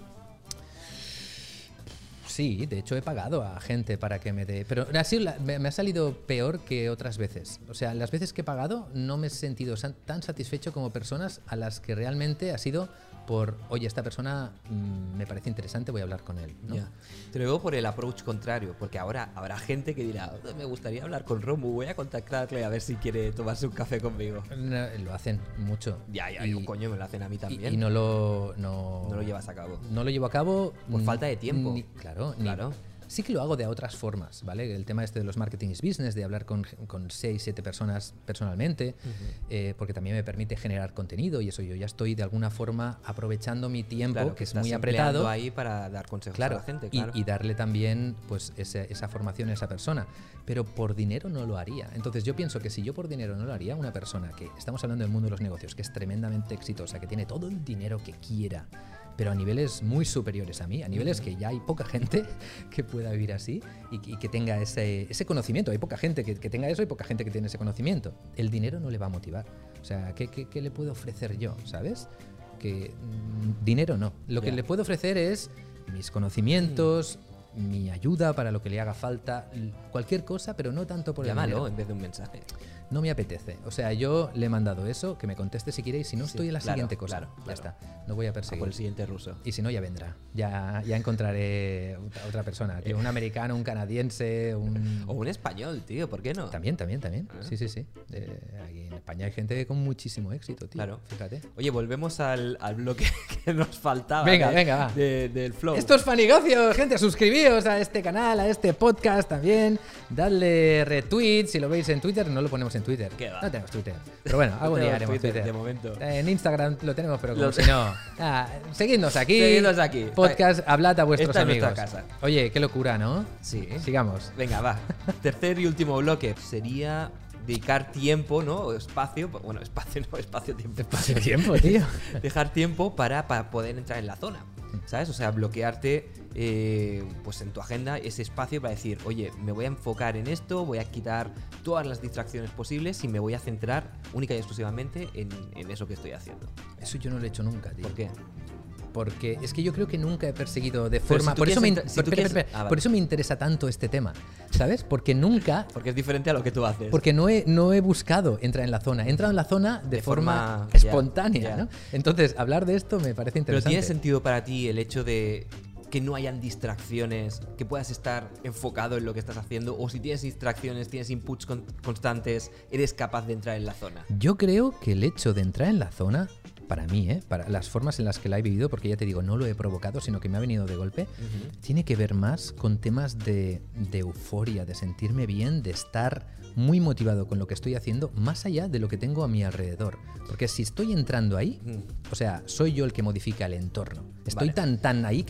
Sí, de hecho he pagado a gente para que me dé... Pero ha sido la- me, me ha salido peor que otras veces. O sea, las veces que he pagado no me he sentido san- tan satisfecho como personas a las que realmente ha sido por, oye, esta persona mm, me parece interesante, voy a hablar con él, ¿no? Ya. Te lo digo por el approach contrario, porque ahora habrá gente que dirá, "Oh, me gustaría hablar con Romu, voy a contactarle a ver si quiere tomarse un café conmigo". No, lo hacen mucho. Ya, ya, Y- digo, coño, me lo hacen a mí y, también. y no lo... No, No lo llevas a cabo. No lo llevo a cabo... Por mm, falta de tiempo. ni- claro, ni- Claro. Sí que lo hago de otras formas, ¿vale? El tema este de los marketing is business, de hablar con, con seis, siete personas personalmente, eh, porque también me permite generar contenido y eso yo ya estoy de alguna forma aprovechando mi tiempo, Claro, que es estás muy empleando apretado, ahí para dar consejos claro, a la gente, y- claro. y, darle también pues ese- esa formación a esa persona. Pero por dinero no lo haría. Entonces yo pienso que si yo por dinero no lo haría, una persona que, estamos hablando del mundo de los negocios, que es tremendamente exitosa, que tiene todo el dinero que quiera, pero a niveles muy superiores a mí, a niveles que ya hay poca gente que pueda vivir así y, que- y que tenga ese, ese conocimiento. Hay poca gente que, que tenga eso y poca gente que tiene ese conocimiento. El dinero no le va a motivar. O sea, ¿qué, qué- qué le puedo ofrecer yo? ¿Sabes? Que mm, dinero no. Lo que Ya. le puedo ofrecer es mis conocimientos, mi ayuda para lo que le haga falta, l- cualquier cosa, pero no tanto por el Llámalo dinero. en vez de un mensaje. No me apetece. O sea, yo le he mandado eso, que me conteste si quiere y si no, Sí, estoy en la claro, siguiente cosa. claro, Ya claro. está. No voy a A perseguir. por el siguiente ruso. Y si no, ya vendrá. Ya, ya encontraré otra, otra persona. Tío. Un americano, un canadiense, un... O un español, tío, ¿por qué no? También, también, también. Ah. Sí, sí, sí. Eh, aquí en España hay gente con muchísimo éxito, tío. Claro. Fíjate. Oye, volvemos al, al bloque que nos faltaba. Venga, de- venga, va. de- del flow. Esto es Fanigocios, gente. Suscribíos a este canal, a este podcast también. Dadle retweet. Si lo veis en Twitter, no lo ponemos en Twitter. ¿Qué va? No tenemos Twitter. Pero bueno, algún tenemos día haremos Twitter, Twitter. de momento. En Instagram lo tenemos, pero como Lo si no. Ah, seguidnos aquí. Seguidnos aquí. Podcast, hablad a vuestros Esta es amigos. nuestra casa. Oye, qué locura, ¿no? Sí. Sigamos. Venga, va. Tercer y último bloque sería dedicar tiempo, ¿no? O espacio. Bueno, espacio no, espacio-tiempo. Espacio tiempo, tío. Dejar tiempo para, para poder entrar en la zona, ¿sabes? O sea, bloquearte eh, pues en tu agenda ese espacio para decir, oye, me voy a enfocar en esto, voy a quitar todas las distracciones posibles y me voy a centrar única y exclusivamente en, en eso que estoy haciendo. Eso yo no lo he hecho nunca, tío. ¿Por qué? Porque es que yo creo que nunca he perseguido de Pero forma. si tú por, eso quieres me, in- entra- si por- tú espera, quieres- espera, Ah, vale. por eso me interesa tanto este tema, ¿sabes? Porque nunca. Porque es diferente a lo que tú haces. Porque no he, no he buscado entrar en la zona. He entrado en la zona de, De forma, forma- ya, espontánea, ya. ¿no? Entonces, hablar de esto me parece Pero interesante. ¿tiene sentido para ti el hecho de que no hayan distracciones, que puedas estar enfocado en lo que estás haciendo? O si tienes distracciones, tienes inputs con- constantes, eres capaz de entrar en la zona. Yo creo que el hecho de entrar en la zona, para mí, ¿eh? Para las formas en las que la he vivido, porque ya te digo, no lo he provocado, sino que me ha venido de golpe, tiene que ver más con temas de, de euforia, de sentirme bien, de estar muy motivado con lo que estoy haciendo, más allá de lo que tengo a mi alrededor. Porque si estoy entrando ahí, Mm. o sea, soy yo el que modifica el entorno. Estoy Vale. tan, tan ahí que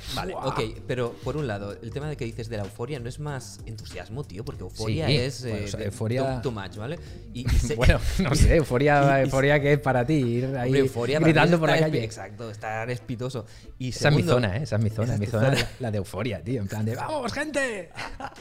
Vale, ¡Fua! ok, pero por un lado, el tema de que dices de la euforia no es más entusiasmo, tío, porque euforia Sí, es eh, bueno, o sea, de- euforia- too, too much, ¿vale? Y, y se- Bueno, no sé, euforia, y- y- euforia que es para ti, ir ahí Hombre, euforia para mí gritando es por la estar espi- calle. Exacto, estar espitoso. Y Esa es mi segundo- zona, ¿eh? Esa es mi zona. Esa es Mi tu zona, zona. la, la de euforia, tío. En plan de ¡vamos, gente!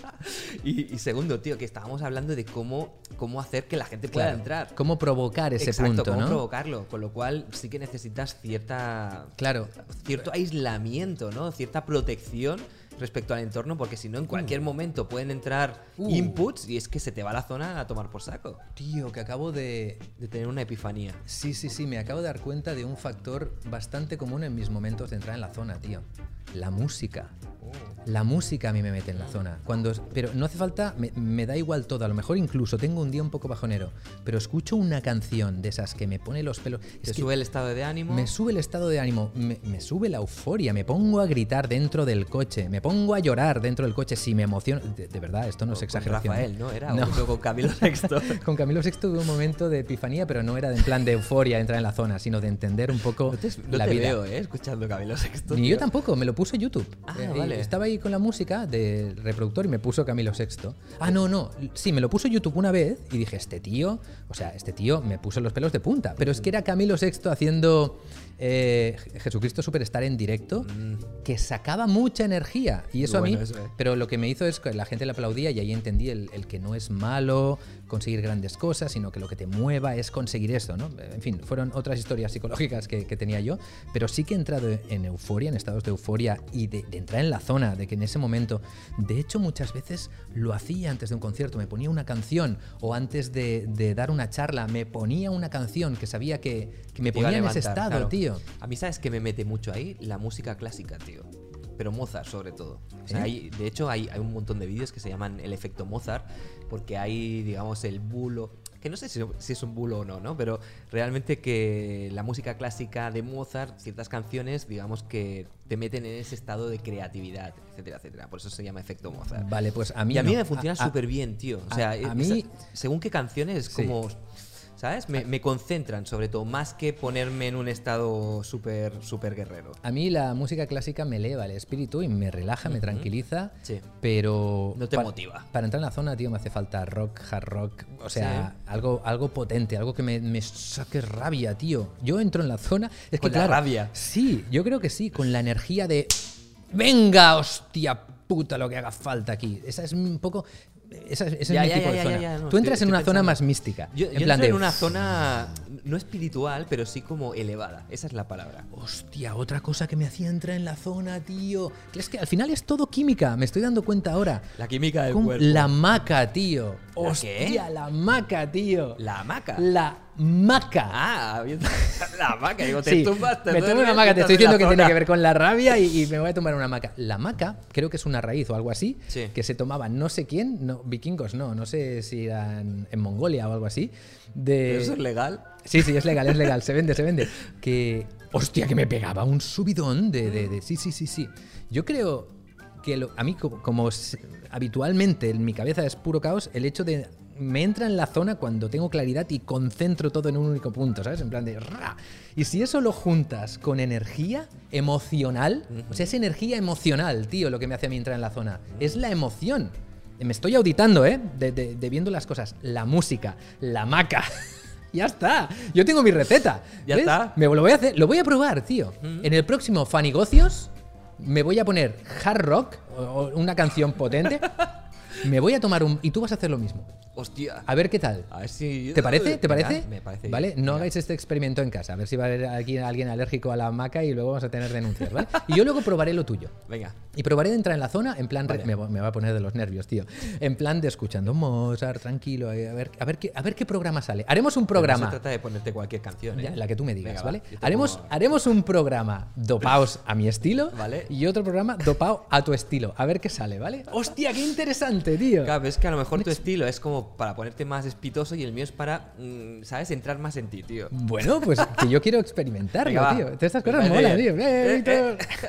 Y, y segundo, tío, que estábamos hablando de cómo, cómo hacer que la gente pueda Claro, entrar. ¿cómo provocar ese Exacto, punto, cómo no? provocarlo. Con lo cual sí que necesitas cierta Claro. cierto aislamiento, ¿no? Cierta protección respecto al entorno, porque si no, en cualquier momento pueden entrar Uh. inputs y es que se te va la zona a tomar por saco. Tío, que acabo de... De tener una epifanía. Sí, sí, sí, me acabo de dar cuenta de un factor bastante común en mis momentos de entrar en la zona, tío. La música. La música a mí me mete en la zona. Cuando, pero no hace falta, me, me da igual todo. A lo mejor incluso tengo un día un poco bajonero, pero escucho una canción de esas que me pone los pelos. Te Es que sube el estado de ánimo. me sube el estado de ánimo, me, me sube la euforia, me pongo a gritar dentro del coche, me pongo a llorar dentro del coche si me emociono. De, de verdad, esto no es Con exageración. Rafael, ¿no? Era No. o con Camilo Sexto. Con Camilo Sexto tuve un momento de epifanía, pero no era de en plan de euforia de entrar en la zona, sino de entender un poco No te, no la te vida. veo, ¿eh? Escuchando Camilo Sexto. Ni tío. yo tampoco, me lo puso YouTube. Ah, Eh, vale. Estaba ahí con la música del reproductor y me puso Camilo Sexto. Ah, no, no. Sí, me lo puso YouTube una vez y dije, este tío, o sea, este tío me puso los pelos de punta. Pero es que era Camilo Sexto haciendo eh, Jesucristo Superstar en directo, que sacaba mucha energía. Y eso Bueno, a mí. eso, eh. Pero lo que me hizo es que la gente le aplaudía y ahí entendí el, el que no es malo conseguir grandes cosas, sino que lo que te mueva es conseguir esto, ¿no? En fin, fueron otras historias psicológicas que, que tenía yo, pero sí que he entrado en euforia, en estados de euforia y de, de entrar en la zona, de que en ese momento, de hecho muchas veces lo hacía antes de un concierto, me ponía una canción o antes de, de dar una charla, me ponía una canción que sabía que, que me Te iba a ponía en ese levantar, estado, claro. tío. A mí, ¿sabes qué me mete mucho ahí? La música clásica, tío. Pero Mozart, sobre todo. O sea, ¿Eh? hay, de hecho, hay, hay un montón de vídeos que se llaman el efecto Mozart, porque hay, digamos, el bulo. Que no sé si, si es un bulo o no, ¿no? Pero realmente que la música clásica de Mozart, ciertas canciones, digamos que te meten en ese estado de creatividad, etcétera, etcétera. Por eso se llama efecto Mozart. Vale, pues a mí Y a mí no. me funciona A- a- súper bien, tío. O a- sea, a esa- mí- según qué canciones, es Sí. como. ¿Sabes? Me, me concentran, sobre todo, más que ponerme en un estado súper, súper guerrero. A mí la música clásica me eleva el espíritu y me relaja, me Ujú. tranquiliza, Sí. pero... No te pa- motiva. Para entrar en la zona, tío, me hace falta rock, hard rock, o sea, algo, algo potente, algo que me, me saque rabia, tío. Yo entro en la zona... Es Con que, la claro, rabia. Sí, yo creo que sí, con la energía de... ¡Venga, hostia puta, lo que haga falta aquí! Esa es un poco... Esa, esa es Ya, mi ya, tipo ya, de ya, zona. ya, ya, no, Tú estoy- entras en estoy una zona pensando. más mística. Yo, en yo plan entro de... en una zona no espiritual, pero sí como elevada. Esa es la palabra. Hostia, otra cosa que me hacía entrar en la zona, tío. Que es que al final es todo química, me estoy dando cuenta ahora. La química del ¿Cómo? cuerpo. La maca, tío. ¿La Hostia, qué? la maca, tío. La hamaca. La maca. Ah, bien. La hamaca. Digo, te Sí, tumbas, te me tomo duermes, una maca, te estás estoy en diciendo la que tiene zona. que ver con la rabia y, y me voy a tomar una maca. La maca, creo que es una raíz o algo así, Sí. que se tomaba no sé quién, no, vikingos no, no sé si eran en Mongolia o algo así. De... ¿Pero eso es legal? Sí, sí, es legal, es legal, se vende, se vende. Que, hostia, que me pegaba un subidón de, de, de- sí, sí, sí, sí. Yo creo que lo- a mí, como, como s- habitualmente en mi cabeza es puro caos, el hecho de me entra en la zona cuando tengo claridad y concentro todo en un único punto, ¿sabes? En plan de... ¡ra! Y si eso lo juntas con energía emocional, o sea, es energía emocional, tío, lo que me hace a mí entrar en la zona. Es la emoción. Me estoy auditando, ¿eh? De, de- de viendo las cosas. La música, la maca. Ya está. Yo tengo mi receta. Ya ¿ves? está. Me lo voy a hacer. Lo voy a probar, tío. En el próximo Fanigocios me voy a poner hard rock o, o una canción potente. Me voy a tomar un... Y tú vas a hacer lo mismo. Hostia. A ver qué tal. A ver si... ¿Te parece? ¿Te Venga, parece? Me parece. ¿Vale? bien. No Venga. hagáis este experimento en casa. A ver si va a haber aquí alguien alérgico a la maca y luego vamos a tener denuncias, ¿vale? Y yo luego probaré lo tuyo. Venga. Y probaré de entrar en la zona en plan... re- Vale. Me, va- me va a poner de los nervios, tío. En plan de escuchando Mozart, tranquilo. eh, A ver, a ver, qué, a ver qué programa sale. Haremos un Pero programa... No se trata de ponerte cualquier canción, ¿eh? Ya, la que tú me digas, Venga, ¿vale? va, yo te Haremos, pongo- haremos un programa dopaos a mi estilo Vale. y otro programa dopao a tu estilo. A ver qué sale, ¿vale? ¡Hostia, qué interesante, tío! Claro, pero es que a lo mejor tu estilo es como para ponerte más espitoso y el mío es para, mm, ¿sabes? Entrar más en ti, tío. Bueno, pues que yo quiero experimentarlo, Venga, va. tío. Todas estas Me cosas parece molan, bien. tío. ¡Eh, Eh, Víctor! eh.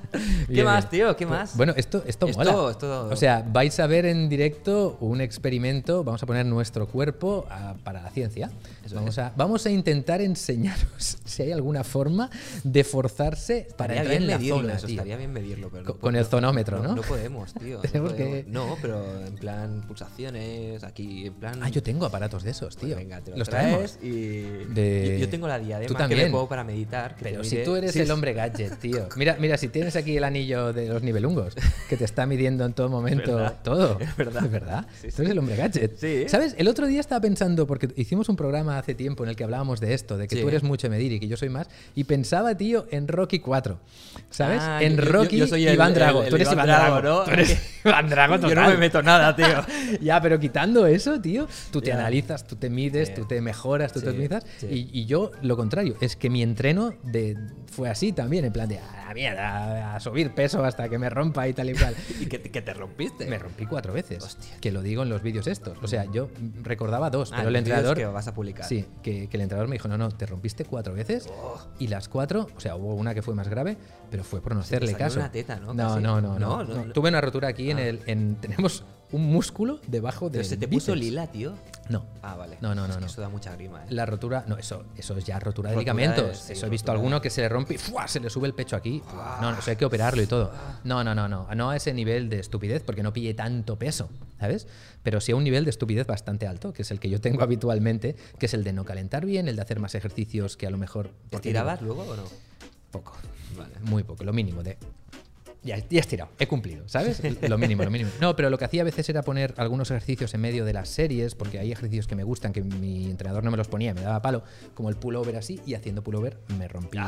¿Qué Bien, más, bien. tío? ¿Qué más? Bueno, esto, esto, Esto- mola. esto- O sea, vais a ver en directo un experimento. Vamos a poner nuestro cuerpo a- para la ciencia. Eso Vamos es. a, vamos a intentar enseñaros si hay alguna forma de forzarse para Estaría entrar bien en la medirlo, zona, eso, tío. estaría bien medirlo. Pero Con- no con el podemos. zonómetro, ¿no? No podemos, tío. no Tenemos podemos. que- No, pero en plan pulsaciones, aquí, en plan... Ah, yo tengo aparatos de esos, Pues tío. venga, te lo Los traes traemos. y... De- Yo, yo tengo la diadema Tú que me también. pongo para meditar. que Pero te si mide- tú eres Sí, el sí. hombre gadget, tío. Mira, mira, si tienes aquí el anillo de los nivelungos, que te está midiendo en todo momento verdad, todo. es verdad. Es verdad. Sí, Tú sí. eres el hombre gadget. Sí. ¿Sabes? El otro día estaba pensando, porque hicimos un programa hace tiempo en el que hablábamos de esto, de que Sí. tú eres mucho de medir y que yo soy más, y pensaba, tío, en Rocky cuatro. ¿Sabes? Ah, en yo- yo- Rocky yo soy el- Iván Drago. el- el Tú eres Iván Iván Drago, Drago, ¿no? Tú eres Iván Drago total. Yo no me meto nada, tío. Ya, pero quitando eso, tío, tú te Ya. analizas, tú te mides, Sí. tú te mejoras, tú te Sí, optimizas. sí. Y, y yo lo contrario, es que mi entreno de, fue así también, en plan de a la mierda, a subir peso hasta que me rompa y tal y cual. ¿Y que, que te rompiste? Me rompí cuatro veces. Hostia. Que lo digo en los vídeos estos. O sea, yo recordaba dos, Ah, pero el los vídeos entrenador. que vas a publicar. Sí, que, que el entrenador me dijo, no, no, te rompiste cuatro veces Oh. y las cuatro, o sea, hubo una que fue más grave, pero fue por no Se te hacerle salió caso. una teta, ¿no? No, Casi. no, no, no, No, no. no, no. Tuve una rotura aquí en Ah. el. En, tenemos un músculo debajo de. ¿Pero se te puso lila, tío? No. Ah, vale. No, no, Es no, que no. Eso da mucha grima, ¿eh? La rotura, no, eso, eso es ya rotura de Rotura ligamentos. de- sí, eso he visto rotura. alguno que se le rompe y ¡fua! Se le sube el pecho aquí. No, no, eso hay que operarlo y todo. No, no, no, no. No a ese nivel de estupidez, porque no pille tanto peso, ¿sabes? Pero sí a un nivel de estupidez bastante alto, que es el que yo tengo habitualmente, que es el de no calentar bien, el de hacer más ejercicios que a lo mejor. ¿Te porque tirabas digo, luego o no? Poco. Vale. Muy poco, lo mínimo de. Ya, ya he estirado, he cumplido, ¿sabes? Lo mínimo, lo mínimo. No, pero lo que hacía a veces era poner algunos ejercicios en medio de las series, porque hay ejercicios que me gustan, que mi entrenador no me los ponía, me daba palo, como el pullover así, y haciendo pullover me rompí.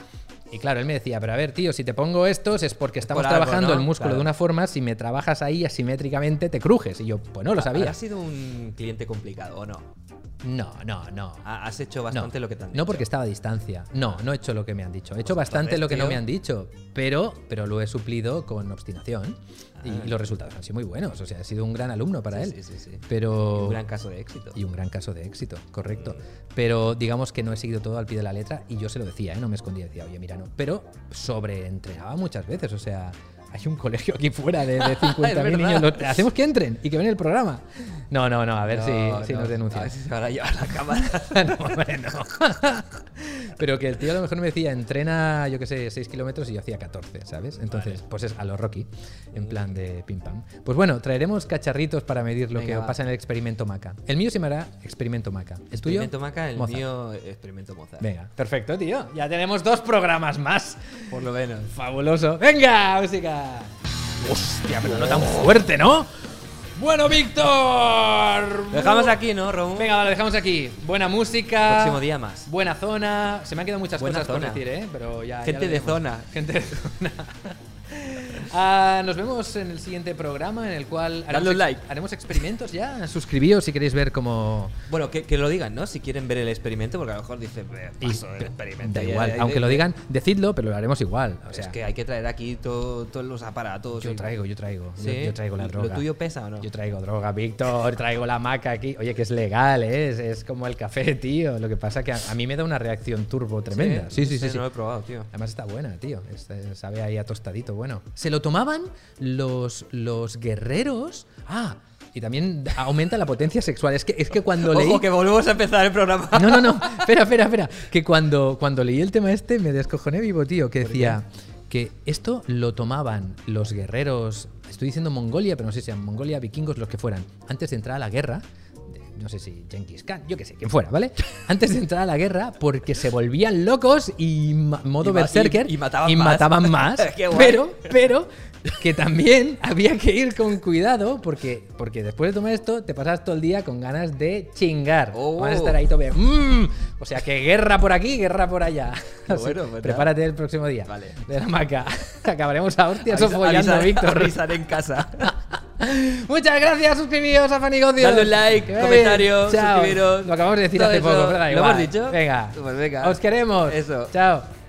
Y claro, él me decía, pero a ver, tío, si te pongo estos es porque estamos por algo, trabajando ¿no? el músculo Claro. de una forma, si me trabajas ahí asimétricamente te crujes. Y yo, pues no lo sabía. ¿Has sido un cliente complicado o no? No, no, no. Ha- Has hecho bastante no, lo que te han dicho. No, porque estaba a distancia. No, no he hecho lo que me han dicho. He hecho Pues bastante entonces, lo que no tío. me han dicho, pero, pero lo he suplido con obstinación. Y, Ah. y los resultados han sido muy buenos. O sea, he sido un gran alumno para Sí, él. sí, sí, sí. Pero... Un gran caso de éxito. Y un gran caso de éxito, correcto. Pero digamos que no he seguido todo al pie de la letra y yo se lo decía, ¿eh? No me escondía, decía, oye, mira, no. Pero sobreentrenaba muchas veces, o sea, hay un colegio aquí fuera de, de cincuenta mil Es niños. verdad. Lo- hacemos que entren y que ven el programa. No, no, no, a ver No, si, si no, nos A denuncian. ver si se van a llevar la cámara. No, hombre, no. Pero que el tío a lo mejor me decía, entrena, yo qué sé, seis kilómetros y yo hacía catorce, ¿sabes? Entonces, pues es a lo Rocky, en plan de pim pam. Pues bueno, traeremos cacharritos para medir lo Venga, que va. pasa en el experimento Maca. El mío se llamará experimento Maca. ¿El tuyo? Experimento Maca, el Mozart. mío experimento Mozart. Venga, perfecto, tío. Ya tenemos dos programas más. Por lo menos. Fabuloso. ¡Venga, música! Hostia, pero no tan fuerte, ¿no? Bueno, Víctor. Lo dejamos aquí, ¿no, Romu? Venga, vale, lo dejamos aquí. Buena música. Próximo día más. Buena zona. Se me han quedado muchas Buena cosas zona. por decir, ¿eh? Pero ya. Gente ya lo de diremos. zona. Gente de zona. Ah, nos vemos en el siguiente programa en el cual Dadle un ex- like. haremos experimentos ya. Suscribíos si queréis ver cómo. Bueno, que, que lo digan, ¿no? Si quieren ver el experimento, porque a lo mejor dice, "Eh, Y- paso del experimento. Da Y- igual, y- aunque y- lo digan, decidlo, pero lo haremos igual. O sea, es que hay que traer aquí todo- todos los aparatos. yo y- traigo, yo traigo. Yo, ¿Sí? yo traigo la droga. ¿Lo tuyo pesa o no? Yo traigo droga, Víctor, traigo la maca aquí. Oye, que es legal, ¿eh? es, es como el café, tío. Lo que pasa que a, a mí me da una reacción turbo tremenda. Sí, sí, sí. sí. No lo he probado, tío. Además está buena, tío. Este, sabe ahí a tostadito, bueno. Se lo tomaban los, los guerreros. Ah, y también aumenta la potencia sexual. Es que, es que cuando leí... Ojo, que volvemos a empezar el programa. No, no, no. Espera, espera, espera. Que cuando, cuando leí el tema este me descojoné vivo, tío. Que ¿Por decía que esto lo tomaban los guerreros. Estoy diciendo Mongolia, pero no sé si sean Mongolia, vikingos, los que fueran. Antes de entrar a la guerra. No sé si Genghis Khan, yo qué sé, quien fuera, ¿vale? Antes de entrar a la guerra, porque se volvían locos y ma- modo Y ma- berserker y- y mataban más. mataban más. Qué guay. pero, pero que también había que ir con cuidado porque, porque después de tomar esto te pasas todo el día con ganas de chingar. Oh. Vas a estar ahí todo bien. Mm. O sea que guerra por aquí, guerra por allá. Qué Así, bueno, pues prepárate el próximo día. Vale. De la maca. Acabaremos a hostias o Avisa- follando, avisar- Víctor. avisar en casa. Muchas gracias, suscribíos a Fanigocios. Dadle un like, Que vaya comentario, bien. Chao. suscribiros. Lo acabamos de decir Todo hace eso. poco, pero da ¿Lo igual. hemos dicho? Venga. Pues venga. Os queremos. Eso. Chao.